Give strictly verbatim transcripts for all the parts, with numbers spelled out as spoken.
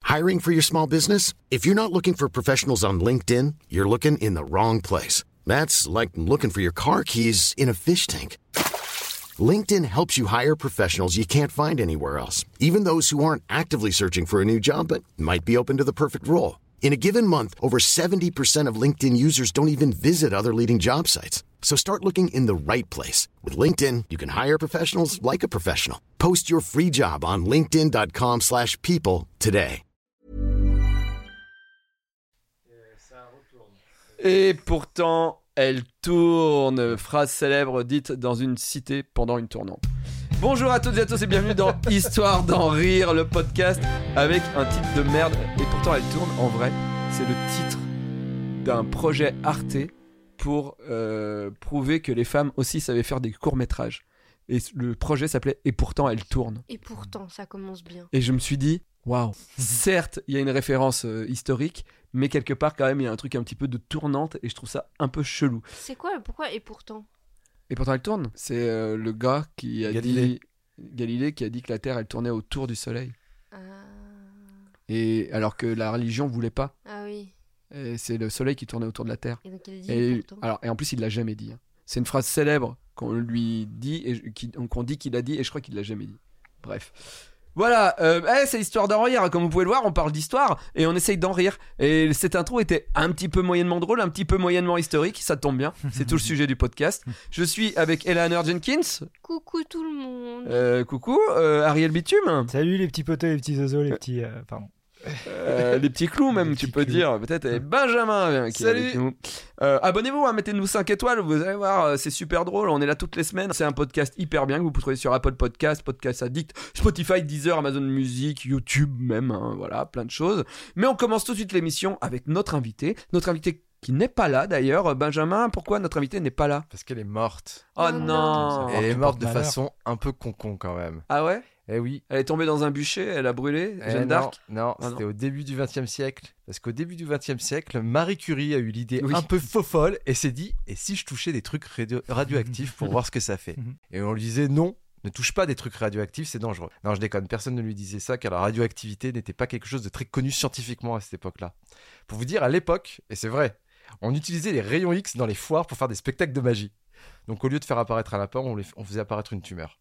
Hiring for your small business? If you're not looking for professionals on LinkedIn, you're looking in the wrong place. That's like looking for your car keys in a fish tank. LinkedIn helps you hire professionals you can't find anywhere else, even those who aren't actively searching for a new job but might be open to the perfect role. In a given month, over seventy percent of LinkedIn users don't even visit other leading job sites. So start looking in the right place. With LinkedIn, you can hire professionals like a professional. Post your free job on linkedin.com slash people today. Et pourtant, elle tourne. Phrase célèbre dite dans une cité pendant une tournante. Bonjour à toutes et à tous et bienvenue dans Histoire d'en rire, le podcast avec un titre de merde. Et pourtant, elle tourne. En vrai, c'est le titre d'un projet Arte pour euh, prouver que les femmes aussi savaient faire des courts-métrages. Et le projet s'appelait Et pourtant, elle tourne. Et pourtant, ça commence bien. Et je me suis dit, waouh, certes, il y a une référence euh, historique, mais quelque part, quand même, il y a un truc un petit peu de tournante et je trouve ça un peu chelou. C'est quoi, pourquoi Et pourtant Et pourtant, elle tourne. C'est euh, le gars qui a Galilée. dit... Galilée qui a dit que la Terre, elle tournait autour du Soleil. ah... Et alors que la religion voulait pas. ah oui. Et c'est le Soleil qui tournait autour de la Terre. Et donc il a dit Et, et pourtant. alors, et en plus, il l'a jamais dit. hein. C'est une phrase célèbre qu'on lui dit, et qui, qu'on dit qu'il a dit, et je crois qu'il l'a jamais dit. Bref. Voilà, euh, eh, c'est Histoire d'en rire. Comme vous pouvez le voir, on parle d'histoire et on essaye d'en rire. Et cette intro était un petit peu moyennement drôle, un petit peu moyennement historique. Ça tombe bien, c'est tout le sujet du podcast. Je suis avec Eleanor Jenkins. Coucou tout le monde. Euh, coucou, euh, Ariel Bitume. Salut les petits potos, les petits oiseaux, les petits... Euh, pardon. Euh, les petits clous même, Les tu petits peux clous. dire. Peut-être et Benjamin euh, qui est Salut. avec nous. Euh, abonnez-vous, hein, mettez-nous cinq étoiles, vous allez voir, euh, c'est super drôle. On est là toutes les semaines. C'est un podcast hyper bien que vous pouvez trouver sur Apple Podcast, Podcast Addict, Spotify, Deezer, Amazon Music, YouTube même. hein, voilà, plein de choses. Mais on commence tout de suite l'émission avec notre invité. Notre invité qui n'est pas là d'ailleurs. Benjamin, pourquoi notre invité n'est pas là? Parce qu'elle est morte. Oh Oh non, non. Elle est tu morte portes de malheur. façon un peu con-con quand même. Ah ouais? Eh oui. Elle est tombée dans un bûcher, elle a brûlé, Eh Jeanne non, d'Arc. Non, Ah c'était non. au début du vingtième siècle. Parce qu'au début du vingtième siècle, Marie Curie a eu l'idée Oui. un peu faux-folle et s'est dit « Et si je touchais des trucs radio- radioactifs pour voir ce que ça fait ?» Et on lui disait « Non, ne touche pas des trucs radioactifs, c'est dangereux. » Non, je déconne, personne ne lui disait ça car la radioactivité n'était pas quelque chose de très connu scientifiquement à cette époque-là. Pour vous dire, à l'époque, et c'est vrai, on utilisait les rayons X dans les foires pour faire des spectacles de magie. Donc au lieu de faire apparaître un lapin, on, les- on faisait apparaître une tumeur.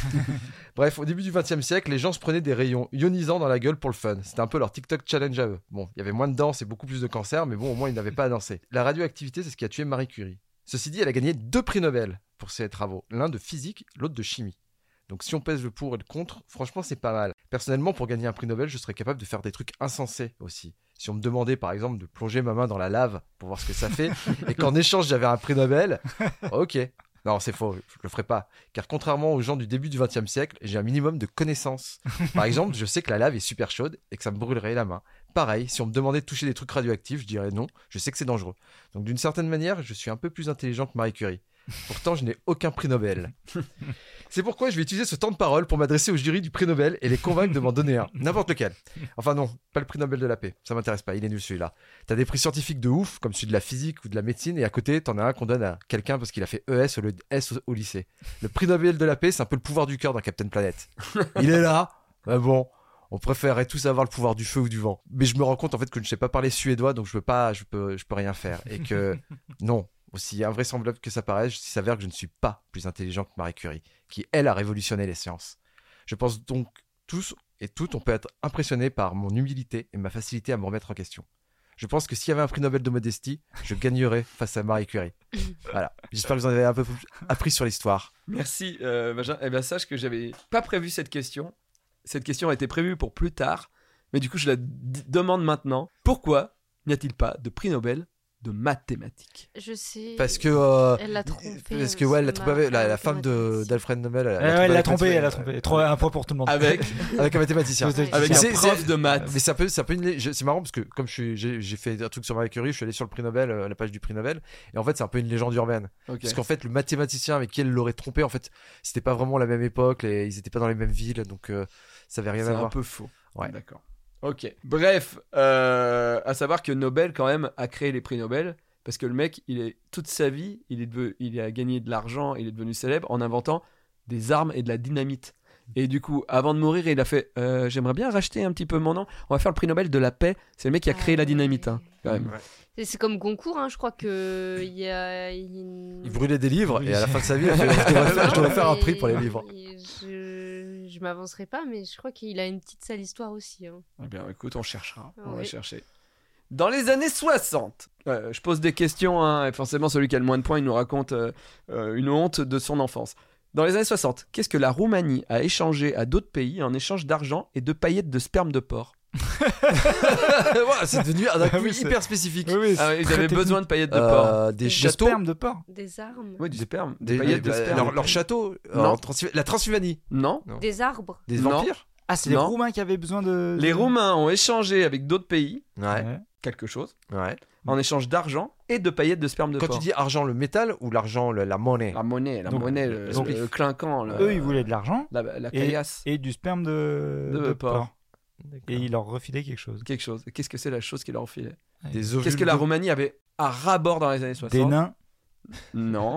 Bref, au début du vingtième siècle, les gens se prenaient des rayons ionisants dans la gueule pour le fun. C'était un peu leur TikTok challenge à eux. Bon, il y avait moins de danse et beaucoup plus de cancer, mais bon, au moins ils n'avaient pas à danser. La radioactivité, c'est ce qui a tué Marie Curie. Ceci dit, elle a gagné deux prix Nobel pour ses travaux, l'un de physique, l'autre de chimie. Donc si on pèse le pour et le contre, franchement c'est pas mal. Personnellement, pour gagner un prix Nobel, je serais capable de faire des trucs insensés aussi. Si on me demandait par exemple de plonger ma main dans la lave pour voir ce que ça fait, et qu'en échange j'avais un prix Nobel, ok. Non, c'est faux, je le ferai pas. Car contrairement aux gens du début du vingtième siècle, j'ai un minimum de connaissances. Par exemple, je sais que la lave est super chaude et que ça me brûlerait la main. Pareil, si on me demandait de toucher des trucs radioactifs, je dirais non, je sais que c'est dangereux. Donc d'une certaine manière, je suis un peu plus intelligent que Marie Curie. Pourtant, je n'ai aucun prix Nobel. C'est pourquoi je vais utiliser ce temps de parole pour m'adresser au jury du prix Nobel et les convaincre de m'en donner un. N'importe lequel. Enfin non, pas le prix Nobel de la paix. Ça m'intéresse pas, il est nul celui-là. T'as des prix scientifiques de ouf, comme celui de la physique ou de la médecine, et à côté, t'en as un qu'on donne à quelqu'un parce qu'il a fait E S au lieu de S au, au lycée. Le prix Nobel de la paix, c'est un peu le pouvoir du cœur d'un Captain Planet. Il est là, mais bon... On préférerait tous avoir le pouvoir du feu ou du vent. Mais je me rends compte en fait que je ne sais pas parler suédois, donc je peux pas, je peux, je peux rien faire. Et que non, aussi invraisemblable que ça paraisse, il s'avère que je ne suis pas plus intelligent que Marie Curie, qui elle a révolutionné les sciences. Je pense donc tous et toutes, on peut être impressionnés par mon humilité et ma facilité à me remettre en question. Je pense que s'il y avait un prix Nobel de modestie, je gagnerais face à Marie Curie. Voilà. J'espère que vous en avez un peu appris sur l'histoire. Merci, euh, Benjamin. Eh bien, sache que j'avais pas prévu cette question. Cette question a été prévue pour plus tard, mais du coup, je la d- demande maintenant. Pourquoi n'y a-t-il pas de prix Nobel de mathématiques? Je sais. Parce que euh, Elle l'a trompé. parce que ouais, elle l'a trompé avec la, la avec femme de mathématicien. d'Alfred Nobel. Elle, Ouais, ouais, elle l'a trompé, elle l'a trompé. Trop, un point pour tout le monde. Avec, avec un mathématicien. Ouais. avec Mais un c'est- prof c'est- de maths. Mais ça peut, ça peut une lé- je- c'est marrant parce que comme je suis, j'ai, j'ai fait un truc sur Marie Curie, je suis allé sur le prix Nobel, euh, la page du prix Nobel, et en fait c'est un peu une légende urbaine. Ok. Parce qu'en fait le mathématicien avec qui elle l'aurait trompé, en fait, c'était pas vraiment la même époque, les, ils étaient pas dans les mêmes villes, donc euh, ça avait rien C'est à un voir. peu faux. Ouais. D'accord. Ok. Bref, euh, à savoir que Nobel, quand même, a créé les prix Nobel. Parce que le mec, il est, toute sa vie, il, est devenu- il a gagné de l'argent, il est devenu célèbre en inventant des armes et de la dynamite. Et du coup, avant de mourir, il a fait euh, j'aimerais bien racheter un petit peu mon nom. On va faire le prix Nobel de la paix. C'est le mec qui a créé Ah la dynamite, hein, quand même. Ouais. C'est, c'est comme Goncourt, hein, je crois que il y a. Il, Il brûlait des livres Oui. et à la fin de sa vie, il a fait, je devrais faire, je devrais faire un prix pour les Et- livres. et Je, je m'avancerai pas, mais je crois qu'il a une petite sale histoire aussi. Hein. Eh bien, écoute, on cherchera. On va Ouais. chercher. Dans les années soixante, euh, je pose des questions, hein, et forcément, celui qui a le moins de points, il nous raconte euh, euh, une honte de son enfance. Dans les années soixante, qu'est-ce que la Roumanie a échangé à d'autres pays en échange d'argent et de paillettes de sperme de porc? Voilà, c'est devenu un Ah quiz oui, c'est- hyper spécifique. Oui, oui, Ah ouais, ils très avaient technique. besoin de paillettes de porc. Euh, des Des De châteaux, sperme de porc. Des armes, Oui, du sperme. des, Des paillettes de des- sperme. leur, leur château, Non. en Transylvanie- la Transylvanie, Non. des arbres. des Non. vampires. Ah, c'est les Non. Roumains qui avaient besoin de. Les Roumains ont échangé avec d'autres pays Ouais, Ouais. quelque chose ouais. en échange d'argent et de paillettes de sperme de Quand porc. tu dis argent, le métal ou l'argent, le- la monnaie? La monnaie, la Donc- monnaie, le, donc- le clinquant, le- Eux, ils voulaient de l'argent la, la et, caillasse, et du sperme de, De porc. Et ils leur refilaient quelque chose. quelque chose. Qu'est-ce que c'est la chose qui leur filait? Des ovules Qu'est-ce que la de- Roumanie avait à ras-bord dans les années soixante? Des nains. Non.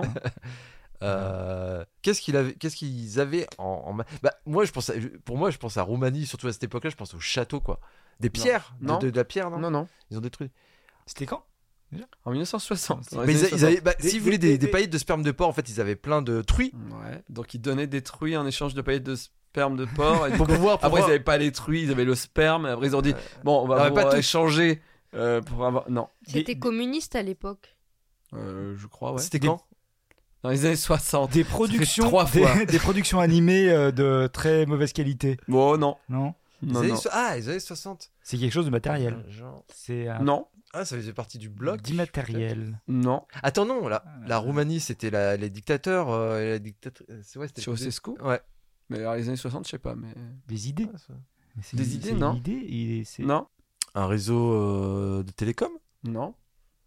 Euh, qu'est-ce qu'il avait, qu'est-ce qu'ils avaient en, en ma- bah, moi je pense à- pour moi je pense à Roumanie, surtout à cette époque-là, je pense au château quoi, des pierres, de- Non. De, de la pierre non, non, non. Ils ont détruit. C'était quand En mille neuf cent soixante. dans les Mais ils, années a- ils avaient, bah, Des- si vous voulez des- des, des des- paillettes de sperme de porc, en fait ils avaient plein de truies soixante. Ouais. Donc ils donnaient des truies en échange de paillettes de sperme de porc. Et du pour coup, pouvoir. pour après ils pouvoir- n'avaient pas les truies, ils avaient le sperme. Et après ils ont dit bon, on va Ah, mais vous pas tous. échanger euh, pour avoir. Non. C'était Des- communiste à l'époque. Euh, je crois, ouais. C'était Des- quand? Dans les années soixante. Des productions, trois fois. des, des productions animées euh, de très mauvaise qualité. Bon, non. Non, Non, Les années non. so- Ah, les années soixante. c'est quelque chose de matériel. Genre- C'est un Non. Ah, ça faisait partie du bloc. d'immatériel. Non. Attends non, la, Euh. la Roumanie c'était la- les dictateurs, euh, et la dictatrice. C'est ouais, c'était le- Ceausescu. Ouais. Mais alors, les années soixante, je sais pas. Mais Des idées. Ah, ça- Mais c'est- Des idées, c'est non. une idée et c'est- non. Un réseau euh, de télécom. Non.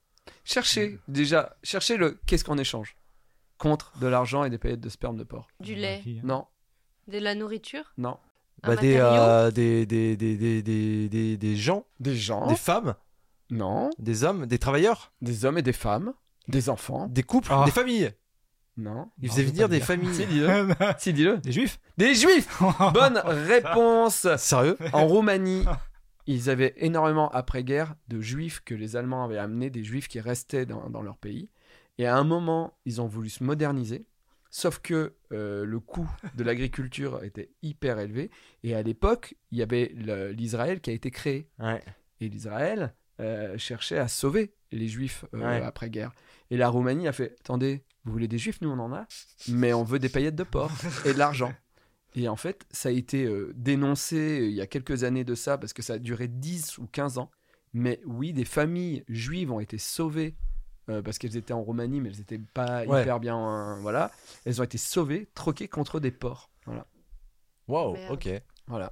Cherchez déjà. Cherchez le. Qu'est-ce qu'on échange contre de l'argent et des paillettes de sperme de porc. Du La lait, fille, hein. Non. de la nourriture, Non. un Bah, des, matériau. euh, des, des, des, des, des, des, des gens, Des gens. des femmes, Non. des hommes, des travailleurs, Des hommes et des femmes. Des enfants. des couples, Ah. des familles. Non. Ils Non, faisaient je vais venir pas le des dire. familles. Si, dis-le. Si, dis-le. Des juifs. Des juifs. Bonne réponse. Sérieux? En Roumanie, ils avaient énormément après-guerre de juifs que les Allemands avaient amenés, des juifs qui restaient dans, dans leur pays. Et à un moment, ils ont voulu se moderniser. Sauf que euh, le coût de l'agriculture était hyper élevé. Et à l'époque, il y avait le- l'Israël qui a été créé. Ouais. Et l'Israël euh, cherchait à sauver les juifs euh, Ouais. après-guerre. Et la Roumanie a fait attendez, vous voulez des juifs? Nous, on en a. Mais on veut des paillettes de porc et de l'argent. Et en fait, ça a été euh, dénoncé euh, il y a quelques années de ça, parce que ça a duré dix ou quinze ans. Mais oui, des familles juives ont été sauvées, euh, parce qu'elles étaient en Roumanie, mais elles n'étaient pas Ouais. hyper bien. euh, voilà. Elles ont été sauvées, troquées contre des porcs. Voilà. Waouh, Merde. ok. Voilà.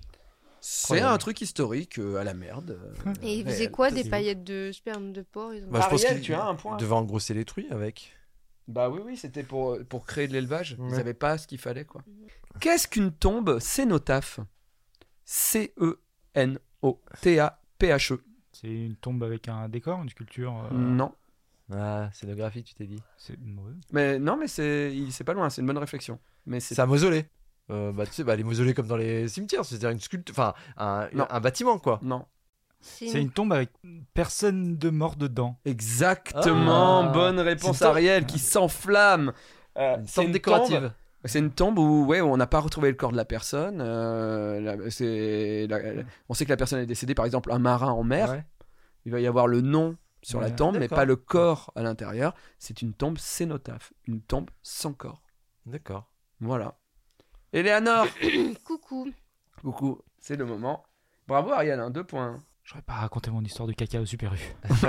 C'est Incroyable. un truc historique euh, à la merde. euh, Et ils réel. faisaient quoi, des c'est paillettes de sperme de porc ils ont- Bah, je pense Ariel, qu'ils tu as un point. devaient engrosser les truies avec. Bah oui, oui, c'était pour, pour créer de l'élevage. Ils Ouais. n'avaient pas ce qu'il fallait, quoi. Qu'est-ce qu'une tombe cénotaphe? C E N O T A P H E. C'est une tombe avec un décor, une sculpture. euh, Non. Ah, scénographie, tu t'es dit. C'est ouais. Mais non, mais c'est il- c'est pas loin, c'est une bonne réflexion. Mais c'est C'est un mausolée. Euh, bah, tu sais, bah, les mausolées comme dans les cimetières, c'est-à-dire une sculpture, enfin, un, Non. un bâtiment, quoi. non. C'est C'est une- une tombe avec personne de mort dedans. Exactement, Ah. bonne réponse C'est une tombe- Ariel qui s'enflamme. Euh, Une c'est tombe une décorative. tombe- C'est une tombe où, ouais, où on n'a pas retrouvé le corps de la personne. euh, la- c'est la- on sait que la personne est décédée, par exemple, un marin en mer. Ouais. Il va y avoir le nom sur la Ouais, tombe, mais d'accord. pas le corps à l'intérieur. C'est une tombe cénotaphe, une tombe sans corps. D'accord. Voilà. Éléanore, Coucou. coucou, c'est le moment. Bravo Ariel, hein, deux points. J'aurais pas raconté mon histoire de caca au Super U.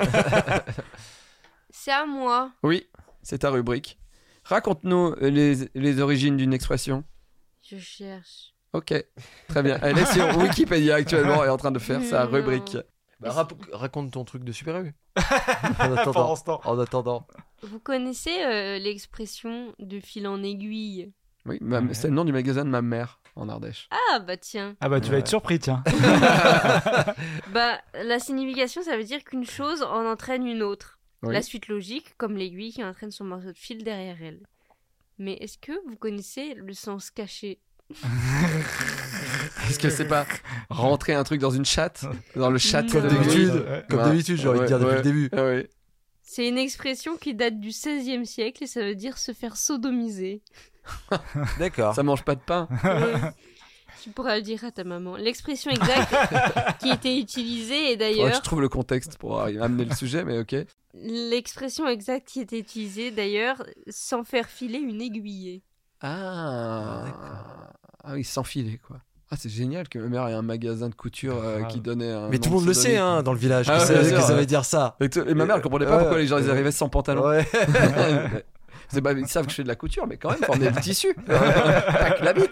C'est à moi. Oui, c'est ta rubrique. Raconte-nous euh, les, les origines d'une expression. Je cherche. Ok, très bien. Elle est sur Wikipédia actuellement et est en train de faire sa Non. rubrique. Bah, rap- raconte ton truc de Super U. en attendant. ce temps. En attendant. Vous connaissez euh, l'expression de fil en aiguille? Oui, ma- Ouais. c'est le nom du magasin de ma mère en Ardèche. Ah bah tiens. Ah bah tu vas Ouais. être surpris, tiens. Bah la signification, ça veut dire qu'une chose en entraîne une autre. Oui. La suite logique, comme l'aiguille qui entraîne son morceau de fil derrière elle. Mais est-ce que vous connaissez le sens caché Est-ce que c'est pas rentrer un truc dans une chatte, dans le chat Comme de d'habitude. Gris Ouais. Comme Ouais. d'habitude, j'ai envie de dire Ouais, depuis ouais. le début. Ah ouais. C'est une expression qui date du seizième siècle et ça veut dire se faire sodomiser. D'accord. Ça mange pas de pain. Ouais. Tu pourras le dire à ta maman. L'expression exacte qui était utilisée et Faudrait que d'ailleurs... je trouve le contexte pour amener le sujet, mais ok. L'expression exacte qui était utilisée d'ailleurs, sans faire filer une aiguille. Ah, d'accord. ah oui, sans filet, quoi. Ah, c'est génial que ma mère ait un magasin de couture euh, Ah. qui donnait un. Mais nom tout le monde le sait, pseudonyme. hein, dans le village, Ah, que, ouais, ça, bien que sûr, ça ouais. veut dire ça. Et, t- et ma mère, elle comprenait pas Ouais. pourquoi les gens ils arrivaient sans pantalon. Ouais. C'est pas, ils savent que je fais de la couture, mais quand même, faut emmener le tissu. Pas que la bite.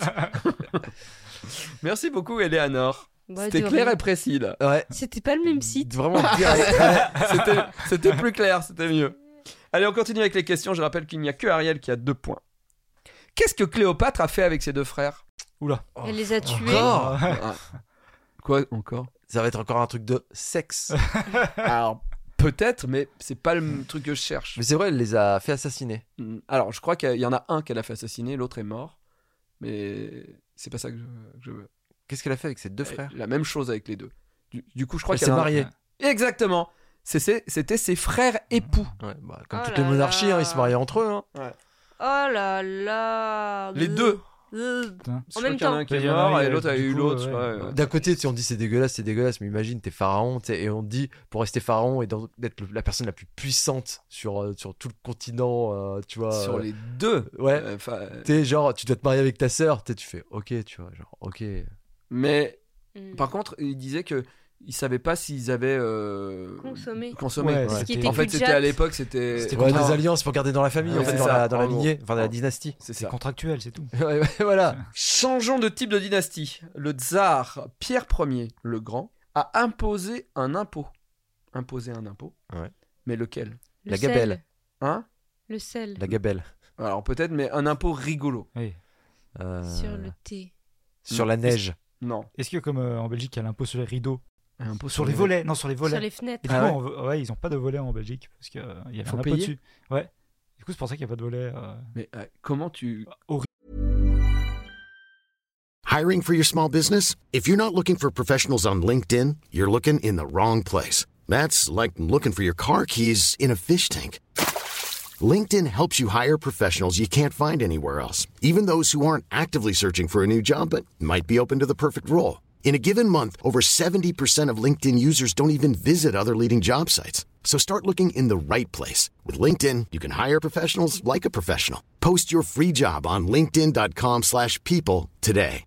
Merci beaucoup, Eleanor. Bah, C'était de clair rien. et précis, là. Ouais. C'était pas le même site. Vraiment direct. C'était, c'était plus clair, c'était mieux. Allez, on continue avec les questions. Je rappelle qu'il n'y a que Ariel qui a deux points. Qu'est-ce que Cléopâtre a fait avec ses deux frères? Oula. Elle les a tués. Encore Ah. Quoi encore? Ça va être encore un truc de sexe. Alors, peut-être, mais c'est pas le truc que je cherche. Mais c'est vrai, elle les a fait assassiner. Hmm, Alors, je crois qu'il y en a un qu'elle a fait assassiner, l'autre est mort. Mais c'est pas ça que je, que je veux. Qu'est-ce qu'elle a fait avec ses deux frères? La même chose avec les deux. Du, du coup, je crois Elle qu'elle s'est en a- mariée. Exactement. C'est, c'est- c'était ses frères époux. Ouais, bah, comme Oh toutes là les monarchies, là. hein, ils se mariaient entre eux. Hein. Oh là là. Les deux. Euh. Je En crois même qu'il y en a temps. un qui est Il y en a un, mort il y et a- l'autre a du eu coup, l'autre. ouais. ouais, ouais. D'un côté, tu sais, on dit c'est dégueulasse, c'est dégueulasse, mais imagine, t'es pharaon, tu sais, et on te dit, pour rester pharaon et dans- d'être le- la personne la plus puissante sur, euh, sur tout le continent, euh, tu vois. Sur euh, les deux. Ouais. Euh, 'fin, euh, Tu sais, genre, tu dois te marier avec ta sœur, tu sais, tu fais, ok, tu vois, genre, ok. Mais Hmm. par contre, il disait que ils savaient pas s'ils avaient euh, Consommé. consommé. Ouais, Ce qui était En fait, c'était Kudjat. à l'époque, c'était. C'était Ouais, contrat. des alliances pour garder dans la famille, Ouais, en fait, c'est dans, ça, la, dans la en gros. lignée, enfin, dans la En- dynastie. C'est C'est ça. contractuel, c'est tout. Ouais, ouais, voilà. Changeons de type de dynastie. Le tsar Pierre Ier le Grand a imposé un impôt. Imposé un impôt. Ouais. Mais lequel? Le La sel. gabelle. Hein? Le sel. La gabelle. Alors peut-être, mais un impôt rigolo. Oui. Euh, Sur le thé. sur la neige. Non. Est-ce que comme euh, en Belgique, il y a l'impôt sur les rideaux, Un impôt sur les volets, non sur les volets. Sur les fenêtres. Et du Ah coup, ouais en vo- ouais, ils ont pas de volets en Belgique parce que euh, il y avait Faut un impôt payer dessus. Ouais. Du coup, c'est pour ça qu'il y a pas de volets. euh, Mais euh, comment tu. Hiring for your small business? If you're not looking for professionals on LinkedIn, you're looking in the wrong place. That's like looking for your car keys in a fish tank. LinkedIn helps you hire professionals you can't find anywhere else, even those who aren't actively searching for a new job but might be open to the perfect role. In a given month, over seventy percent of LinkedIn users don't even visit other leading job sites. So start looking in the right place. With LinkedIn, you can hire professionals like a professional. Post your free job on linkedin dot com slash people today.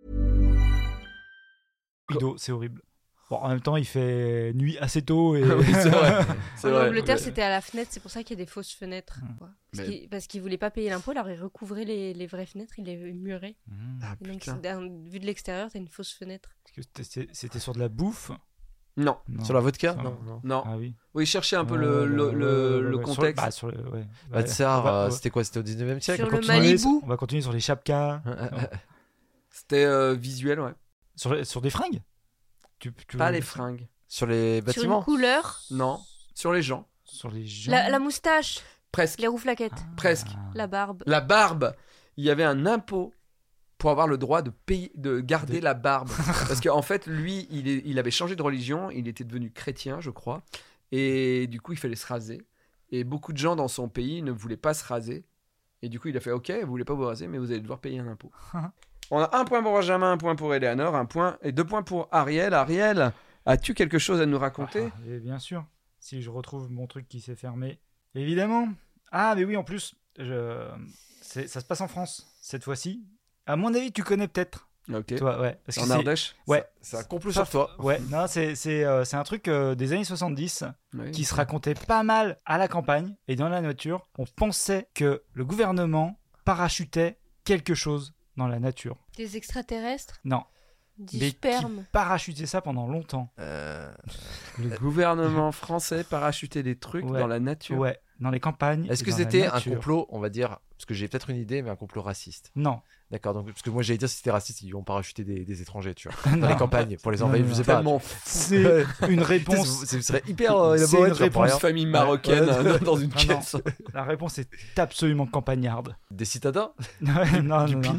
rideaux, c'est horrible. Bon, en même temps, il fait nuit assez tôt et Oui, c'est vrai. C'est En vrai. Angleterre, Mais- c'était à la fenêtre, c'est pour ça qu'il y a des fausses fenêtres. Mm. quoi. Parce Mais- qu'il parce qu'il voulait pas payer l'impôt, alors il recouvrait les, les vraies fenêtres, il les murait. Mmh. Ah, Et donc, putain. c'est d'un- vu de l'extérieur, t'as une fausse fenêtre. Parce que c'était- c'était c'était sur de la bouffe. Non. Non. Sur la vodka? Ah. Non, non. Non. Ah oui. Oui, cherchez un peu Ouais, le, ouais, le, ouais, le, ouais, le ouais, sur- contexte. bah, sur le- ouais. Bah, Ouais. de ça, On va- euh, ouais. c'était quoi? C'était au dix-neuvième siècle? Sur On le va continuer- Malibu. On va continuer sur les chapkas. C'était euh, visuel, ouais. Sur, les- sur des fringues tu, tu- Pas les fringues. Sur les Sur une bâtiments? couleur, Non. Sur les gens. Sur les gens. la, la moustache, Presque. les rouflaquettes, Ah. Presque. la barbe. La barbe. Il y avait un impôt pour avoir le droit de payer, de garder De- la barbe. Parce qu'en fait, lui, il, est- il avait changé de religion. Il était devenu chrétien, je crois. Et du coup, il fallait se raser. Et beaucoup de gens dans son pays ne voulaient pas se raser. Et du coup, il a fait OK, vous voulez pas vous raser, mais vous allez devoir payer un impôt. On a un point pour Benjamin, un point pour Eleanor, un point et deux points pour Ariel. Ariel, as-tu quelque chose à nous raconter? Ah, et bien sûr. Si je retrouve mon truc qui s'est fermé. Évidemment. Ah, mais oui, en plus, je... c'est- ça se passe en France, cette fois-ci. À mon avis, tu connais peut-être. Ok. Toi, ouais. Parce que En c'est- Ardèche? Ouais. C'est un complot Pas- sur toi. Ouais, non, c'est c'est, euh, c'est un truc euh, des années soixante-dix Oui. qui se racontait pas mal à la campagne et dans la nature. On pensait que le gouvernement parachutait quelque chose dans la nature. Des extraterrestres, Non, du mais sperme. qui parachutait ça pendant longtemps. Euh, Le gouvernement français parachutait des trucs Ouais. dans la nature. Ouais, dans les campagnes. Est-ce et que dans la c'était un nature. complot, on va dire, parce que j'ai peut-être une idée, mais un complot raciste? Non. D'accord, donc parce que moi j'allais dire si c'était raciste, ils vont parachuter des, des étrangers, tu vois, Non. dans les campagnes pour les Non, envahir, non, je sais non. pas. Tellement C'est une Tu sais, réponse. Ce serait hyper euh, C'est élaboré, une tu vois, pour réponse rien. famille marocaine Ouais. euh, dans une Non, non. caisse. La réponse est absolument campagnarde. Des citadins? Ouais, non, Du non, non. pinard.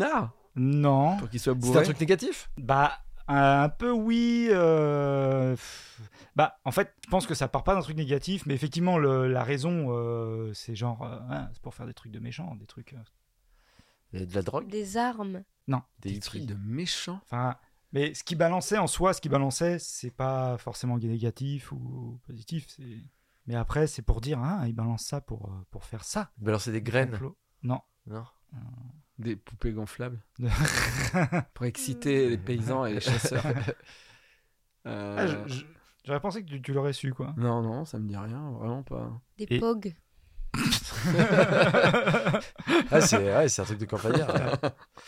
Non. pour qu'il soit C'est bourré. un truc négatif? Bah, un peu oui. euh, Bah, en fait, je pense que ça part pas d'un truc négatif, mais effectivement, le- la raison, euh, c'est genre, euh, hein, c'est pour faire des trucs de méchants, des trucs. euh, Il y a de la drogue? Des armes. Des trucs de méchants. Enfin, mais ce qui balançait en soi, ce qui balançait, c'est pas forcément négatif ou positif. C'est... Mais après, c'est pour dire, hein, il balance ça pour, euh, pour faire ça. Balancer des graines? Complot. Non. Non. Des poupées gonflables. Pour exciter les paysans et les chasseurs. Euh, Ah, je- je- j'aurais pensé que tu, tu l'aurais su, quoi. Non, non, ça me dit rien, vraiment pas. Des Et- pogs. Ah, c'est, ouais, c'est un truc de campagnard. ouais.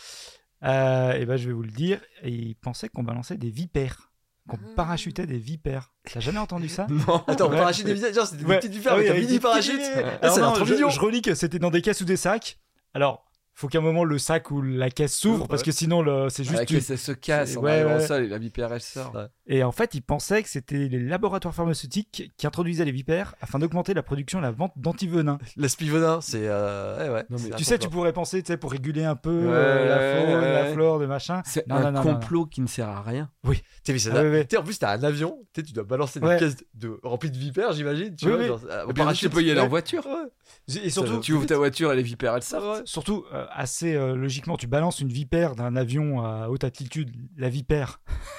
Euh, et ben, je vais vous le dire. Et il pensait qu'on balançait des vipères, qu'on Ah. parachutait des vipères. T'as jamais entendu ça? Non. Attends, Ouais. parachute des visages, genre c'était Ouais. des petites vipères Ah oui, avec un avec mini des parachute. petits- Ah, Alors ça a l'air non, trop je, mignon. je relis que c'était dans des caisses ou des sacs. Alors, faut qu'à un moment le sac ou la caisse s'ouvre Ouais. parce que sinon le, c'est juste. Avec une- les ça se casse c'est- en ouais, arrivant au ouais. sol et la vipère elle sort. Ouais. Et en fait, il pensait que c'était les laboratoires pharmaceutiques qui introduisaient les vipères afin d'augmenter la production et la vente d'antivenins. L'aspivenin, c'est. Euh... Ouais, ouais. Non, mais c'est Tu un sais, tu complot. pourrais penser, tu sais, pour réguler un peu Ouais, euh, la ouais, faune, ouais. la flore, des machins. C'est Non, un non, non, non, complot qui ne sert à rien. T'sais, mais ça Ah, doit- ouais, ouais. t'sais, en plus, t'as un avion, t'sais, tu dois balancer des Ouais. caisses de... remplies de vipères, j'imagine. Tu Oui, vois, oui. genre, euh, au Et puis tu peux y aller en ouais. voiture. Ouais. Et surtout, Tu ouvres ta voiture et les vipères elles sortent. surtout euh, assez euh, logiquement, tu balances une vipère d'un avion à haute altitude, la vipère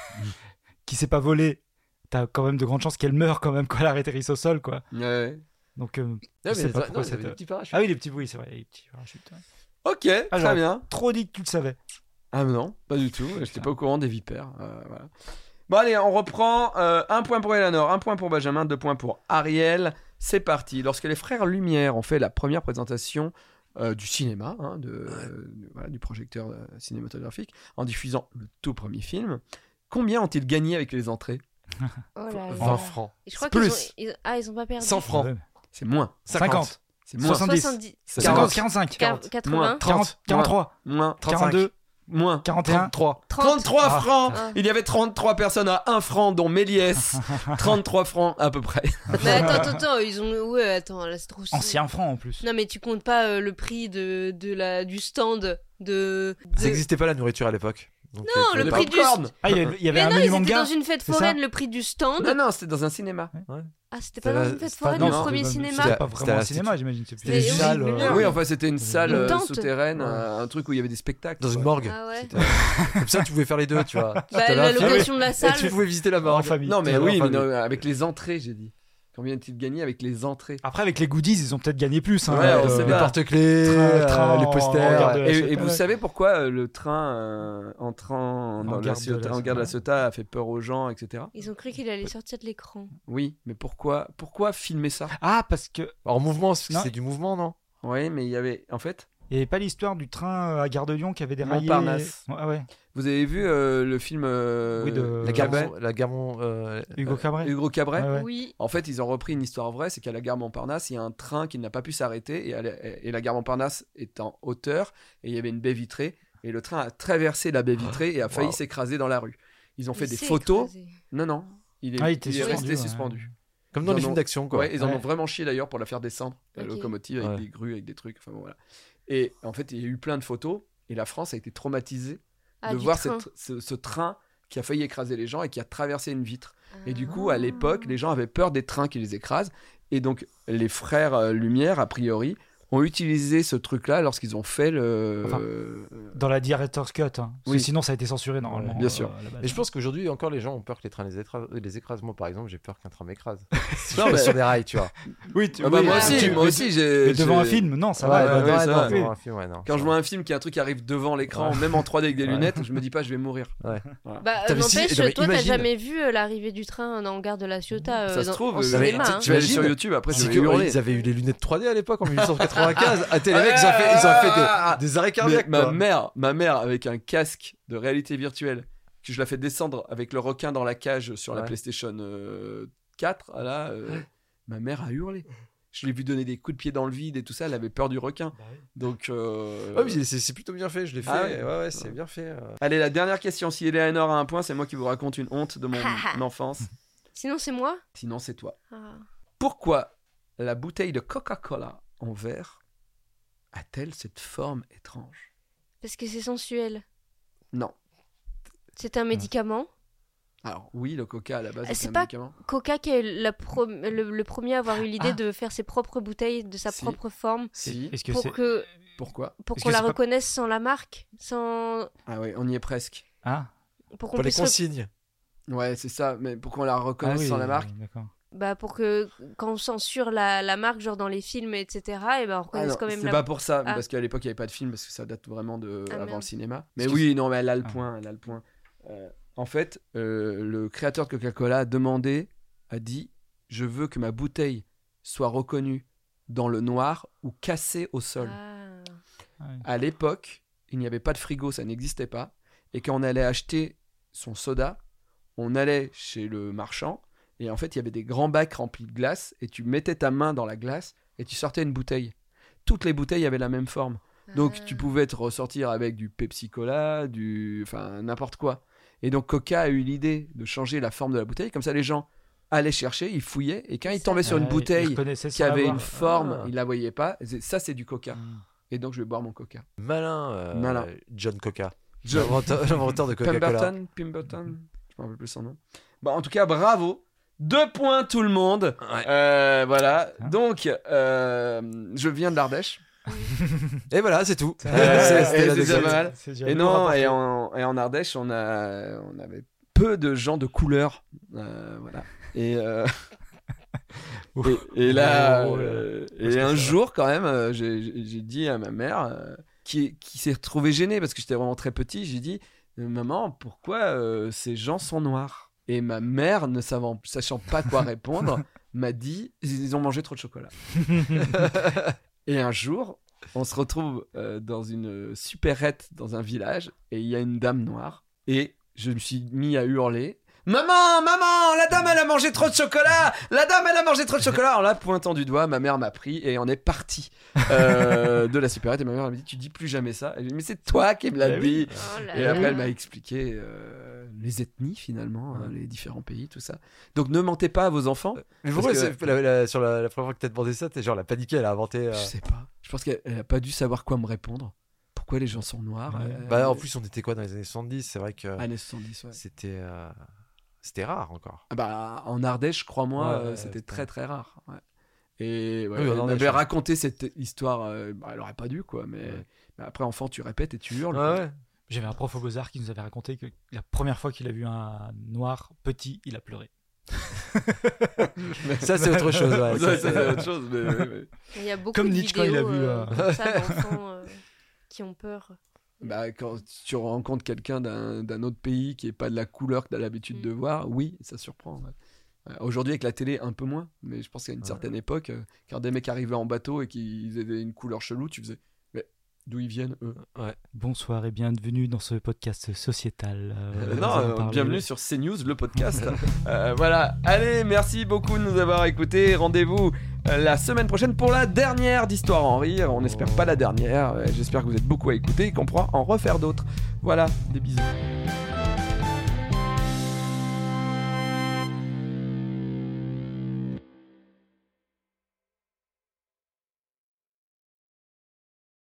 qui s'est pas volée. T'as quand même de grandes chances qu'elle meure quand même quand elle atterrisse au sol, quoi. Ouais. Donc, euh, Ouais, je mais sais pas non, pourquoi ça cette- avait des petits parachutes. Ah oui, les petits bruits, c'est vrai, les petits parachutes. ouais. Ok, Ah, très j'aurais bien. Trop dit que tu le savais. Ah non, pas du tout. J'étais pas au courant des vipères. Euh, voilà. Bon allez, on reprend. Euh, un point pour Eleanor, un point pour Benjamin, deux points pour Ariel. C'est parti. Lorsque les frères Lumière ont fait la première présentation euh, du cinéma, hein, de, euh, de- voilà, du projecteur euh, cinématographique, en diffusant le tout premier film, combien ont-ils gagné avec les entrées? Oh là là. vingt francs. Et je crois Plus. qu'ils ont... ils- Ah, ils ont pas perdu. cent francs. Ouais. C'est moins. cinquante. C'est moins. soixante-dix. soixante-dix. C'est cinquante, moins. quarante-cinq. Quar- quatre-vingts. quarante, quarante-trois, Moins. quarante-deux, Moins. quarante et un. trente-trois. trente. trente-trois Ah. francs. Ah. Il y avait trente-trois personnes à un franc, dont Méliès. trente-trois francs à peu près. Mais attends, attends, attends, ils ont. Ouais, attends, là c'est trop. Ancien franc en plus. Non, mais tu comptes pas euh, le prix de, de la, du stand de. de- Ça n'existait pas la nourriture à l'époque. Donc, Non, euh, le Les prix du- popcorn. Ah, il y avait, il y avait Mais un non, menu ils étaient manga. dans une fête c'est foraine, ça le prix du stand. Non, non, c'était dans un cinéma. Ah, c'était C'était pas dans la- une fête c'est pas- foraine, non, le c'était premier pas- cinéma. C'était pas C'était vraiment à un la cinéma, j'imagine. C'était Mais des oui, salles. mais euh, non. Oui, enfin, c'était une salle Une euh, tente. souterraine, Ouais. euh, un truc où il y avait des spectacles. Dans une quoi. morgue. Ah ouais. C'était- Comme ça, tu pouvais faire les deux, tu vois. Bah, T'avais la un film location de la et salle. tu pouvais visiter la En morgue. famille. Non, mais Toujours oui, en mais famille. non, avec les entrées, j'ai dit. Combien a-t-il gagné avec les entrées? Après, avec les goodies, ils ont peut-être gagné plus. Hein, Ouais, on euh, sait Les pas. porte-clés, Train- euh, train les en- posters. en garde de la Et, Ciotat, et vous ouais. savez pourquoi euh, le train euh, entrant dans En la garde de Ciotat, la en gare de la Ciotat. Ciotat a fait peur aux gens, et cetera. Ils ont cru qu'il allait sortir de l'écran. Oui, mais pourquoi, pourquoi filmer ça? Ah, parce que En mouvement, Non. c'est du mouvement, non? Oui, mais il y avait, en fait, il n'y avait pas l'histoire du train à Gare de Lyon qui avait déraillé. Montparnasse. Ouais, ouais. vous avez vu euh, le film euh, Oui, de- La gare, Cabet, Mon- la gare, Mon- euh, Hugo Cabret. Hugo Cabret. Ouais, ouais. Oui. En fait, ils ont repris une histoire vraie, c'est qu'à la gare Montparnasse, il y a un train qui n'a pas pu s'arrêter, et, à la- et la gare Montparnasse est en hauteur, et il y avait une baie vitrée, et le train a traversé la baie vitrée et a failli Wow. s'écraser dans la rue. Ils ont fait Il des s'est photos. écrasé. Non, non, il est, Ah, il était il est suspendu, resté ouais. suspendu. Comme dans Ils les en films ont- d'action, quoi. Ouais, ils en Ouais. ont vraiment chié d'ailleurs pour la faire descendre, la Ok. locomotive avec Ouais. des grues, avec des trucs. Enfin bon, voilà. Et en fait, il y a eu plein de photos, et la France a été traumatisée Ah, de du voir train. cette- ce, ce train qui a failli écraser les gens et qui a traversé une vitre. Et du coup, Ah. à l'époque, les gens avaient peur des trains qui les écrasent. Et donc, les frères euh, Lumière, a priori, ont utilisé ce truc-là lorsqu'ils ont fait le. Enfin, euh, Dans la director's cut. Hein. Parce que Oui. sinon, ça a été censuré normalement. Bien sûr. à la base. Et je pense qu'aujourd'hui, encore, les gens ont peur que les trains les, étra- les écrasent. Moi, par exemple, j'ai peur qu'un train m'écrase. Si Non, je mais- suis sur des rails, tu vois. Oui, tu- ah bah, oui, moi ah, aussi, tu- moi mais- aussi, j'ai. mais devant un j'ai- film, non, ça Ouais, va. ouais, bah, ouais, non, ça non, va. plus. Devant un film, ouais, non, Quand ça je va. vois un film qui a un truc qui arrive devant l'écran, Ouais. même en trois D avec des lunettes, je me dis pas, je vais mourir. Bah, T'avais si- n'empêche, non, mais toi, t'as imagine- jamais vu euh, l'arrivée du train en gare de la Ciotat. Ça euh, se dans- trouve, au euh, cinéma. tu- hein. Tu vas aller T'imagines sur YouTube, après, je C'est vais que, hurler. ils avaient eu les lunettes trois D à l'époque en dix-neuf cent quatre-vingt-quinze. Ah, t'es, les mecs, ils ont fait, ils ont fait des, des arrêts Mais cardiaques. ma quoi. mère, ma mère avec un casque de réalité virtuelle que je la fais descendre avec le requin dans la cage sur la Ouais. PlayStation euh, quatre, là, euh, ma mère a hurlé. Je l'ai vu donner des coups de pied dans le vide et tout ça, elle avait peur du requin. Donc, euh, Ouais, mais c'est, c'est plutôt bien fait, je l'ai fait. Ah ouais, ouais. ouais, c'est bien fait. euh. allez, la dernière question. Si Eleanor a un point, c'est moi qui vous raconte une honte de mon enfance. Sinon, c'est moi. Sinon, c'est toi. Ah. Pourquoi la bouteille de Coca-Cola en verre a-t-elle cette forme étrange? Parce que c'est sensuel. Non. C'est un médicament. Alors oui, le coca à la base C'est c'est un pas- médicament. Coca qui est la pro- le, le premier à avoir eu l'idée Ah. de faire ses propres bouteilles de sa Si. propre forme Si. Est-ce que pour c'est. que Pourquoi pour Est-ce qu'on que la c'est pas- reconnaisse sans la marque, sans Ah ouais, on y est presque. Ah, pour qu'on Pour les puisse re- consignes. Ouais, c'est ça, mais pour qu'on la ah reconnaisse oui, sans la euh, marque. D'accord. bah pour que quand on censure la, la marque genre dans les films et cetera et ben on Ah reconnaisse non, quand même c'est la pas pour ça, Ah. parce qu'à l'époque il n'y avait pas de film, parce que ça date vraiment de Ah, avant merde. le cinéma. Mais Est-ce oui, non, mais elle a le Ah. point, elle a le point. Euh, en fait, euh, le créateur de Coca-Cola a demandé, a dit, je veux que ma bouteille soit reconnue dans le noir ou cassée au sol. Ah. Ah oui. À l'époque, il n'y avait pas de frigo, ça n'existait pas. Et quand on allait acheter son soda, on allait chez le marchand. Et en fait, il y avait des grands bacs remplis de glace. Et tu mettais ta main dans la glace et tu sortais une bouteille. Toutes les bouteilles avaient la même forme. Donc Ah. tu pouvais te ressortir avec du Pepsi Cola, du... enfin n'importe quoi. Et donc Coca a eu l'idée de changer la forme de la bouteille. Comme ça, les gens allaient chercher, ils fouillaient. Et quand ils tombaient sur une Ah, il bouteille reconnaissait qui sans la avait voir. une forme, Ah. ils la voyaient pas. C'est- Ça, c'est du Coca. Mm. Et donc je vais boire mon Coca. Malin, euh, Malin. John Coca. John- L'inventeur l'inventeur de Coca-Cola. Pemberton, Pemberton, je me rappelle plus son nom. Bon, en tout cas, bravo. Deux points tout le monde. Ouais. Euh, voilà. Hein Donc, euh, je viens de l'Ardèche. Et voilà, c'est tout. Ça- Euh, C'est- et C'était c'est la déjà deuxième. pas mal. C'est déjà Et lourd non, à porter. et en, et en Ardèche, on, a, on avait peu de gens de couleur. Euh, voilà. Et, euh, Ouf. et, et là, Oh, là. euh, Parce et que un ça- jour, quand même, euh, j'ai j'ai- j'ai dit à ma mère, euh, qui, qui s'est retrouvée gênée parce que j'étais vraiment très petit, j'ai dit, maman, pourquoi euh, ces gens sont noirs? Et ma mère, ne savant, sachant pas quoi répondre, m'a dit, ils ont mangé trop de chocolat. Et un jour, on se retrouve euh, dans une supérette dans un village et il y a une dame noire. Et je me suis mis à hurler. Maman, maman, la dame elle a mangé trop de chocolat. La dame elle a mangé trop de chocolat. En la pointant du doigt, ma mère m'a pris et on est parti euh, de la supérette. Et ma mère m'a dit, tu dis plus jamais ça. Et j'ai dit, mais c'est toi qui me l'as Eh oui. dit. Oh là Et là. après, elle m'a expliqué euh, les ethnies finalement, hein, les différents pays, tout ça. Donc ne mentez pas à vos enfants. Mais pourquoi Parce que- c'est- la- la- sur la, la première fois que t'as demandé ça, t'es genre la paniquée, elle a inventé. euh, Je sais pas. Je pense qu'elle elle a pas dû savoir quoi me répondre. Pourquoi les gens sont noirs Ouais. euh, Bah en plus on était quoi dans les années soixante-dix, c'est vrai que années soixante-dix, ouais. c'était euh, c'était rare encore. Ah bah, en Ardèche, crois-moi, Ouais, euh, ouais, c'était putain. très très rare. Ouais. Et ouais, Oui, en elle Ardèche, m'avait ouais. raconté cette histoire. euh, bah, elle aurait pas dû, quoi. Mais, Ouais. mais après, enfant, tu répètes et tu hurles. Ouais, ouais. J'avais un prof au Beaux-Arts qui nous avait raconté que la première fois qu'il a vu un noir petit, il a pleuré. Ça c'est autre chose. Ouais, Ça, ça, ça, c'est autre chose. Mais, mais- mais- Il y a beaucoup Comme de Nietzsche quand il a vidéos vu, euh, euh, comme ça d'enfants euh, qui ont peur. Bah, quand tu rencontres quelqu'un d'un d'un autre pays qui est pas de la couleur que tu as l'habitude Mm. de voir, oui, ça surprend. ouais. Ouais, aujourd'hui, avec la télé, un peu moins, mais je pense qu'à une Ouais. certaine époque, euh, quand des mecs arrivaient en bateau et qu'ils avaient une couleur chelou, tu faisais, mais d'où ils viennent eux? Bonsoir et bienvenue dans ce podcast sociétal. Euh, Euh, nous non, allons euh, parler- bienvenue sur CNews, le podcast. Euh, voilà, allez, merci beaucoup de nous avoir écoutés. Rendez-vous euh, la semaine prochaine pour la dernière d'Histoire en rire. On n'espère pas la dernière. Euh, J'espère que vous êtes beaucoup à écouter et qu'on pourra en refaire d'autres. Voilà, des bisous.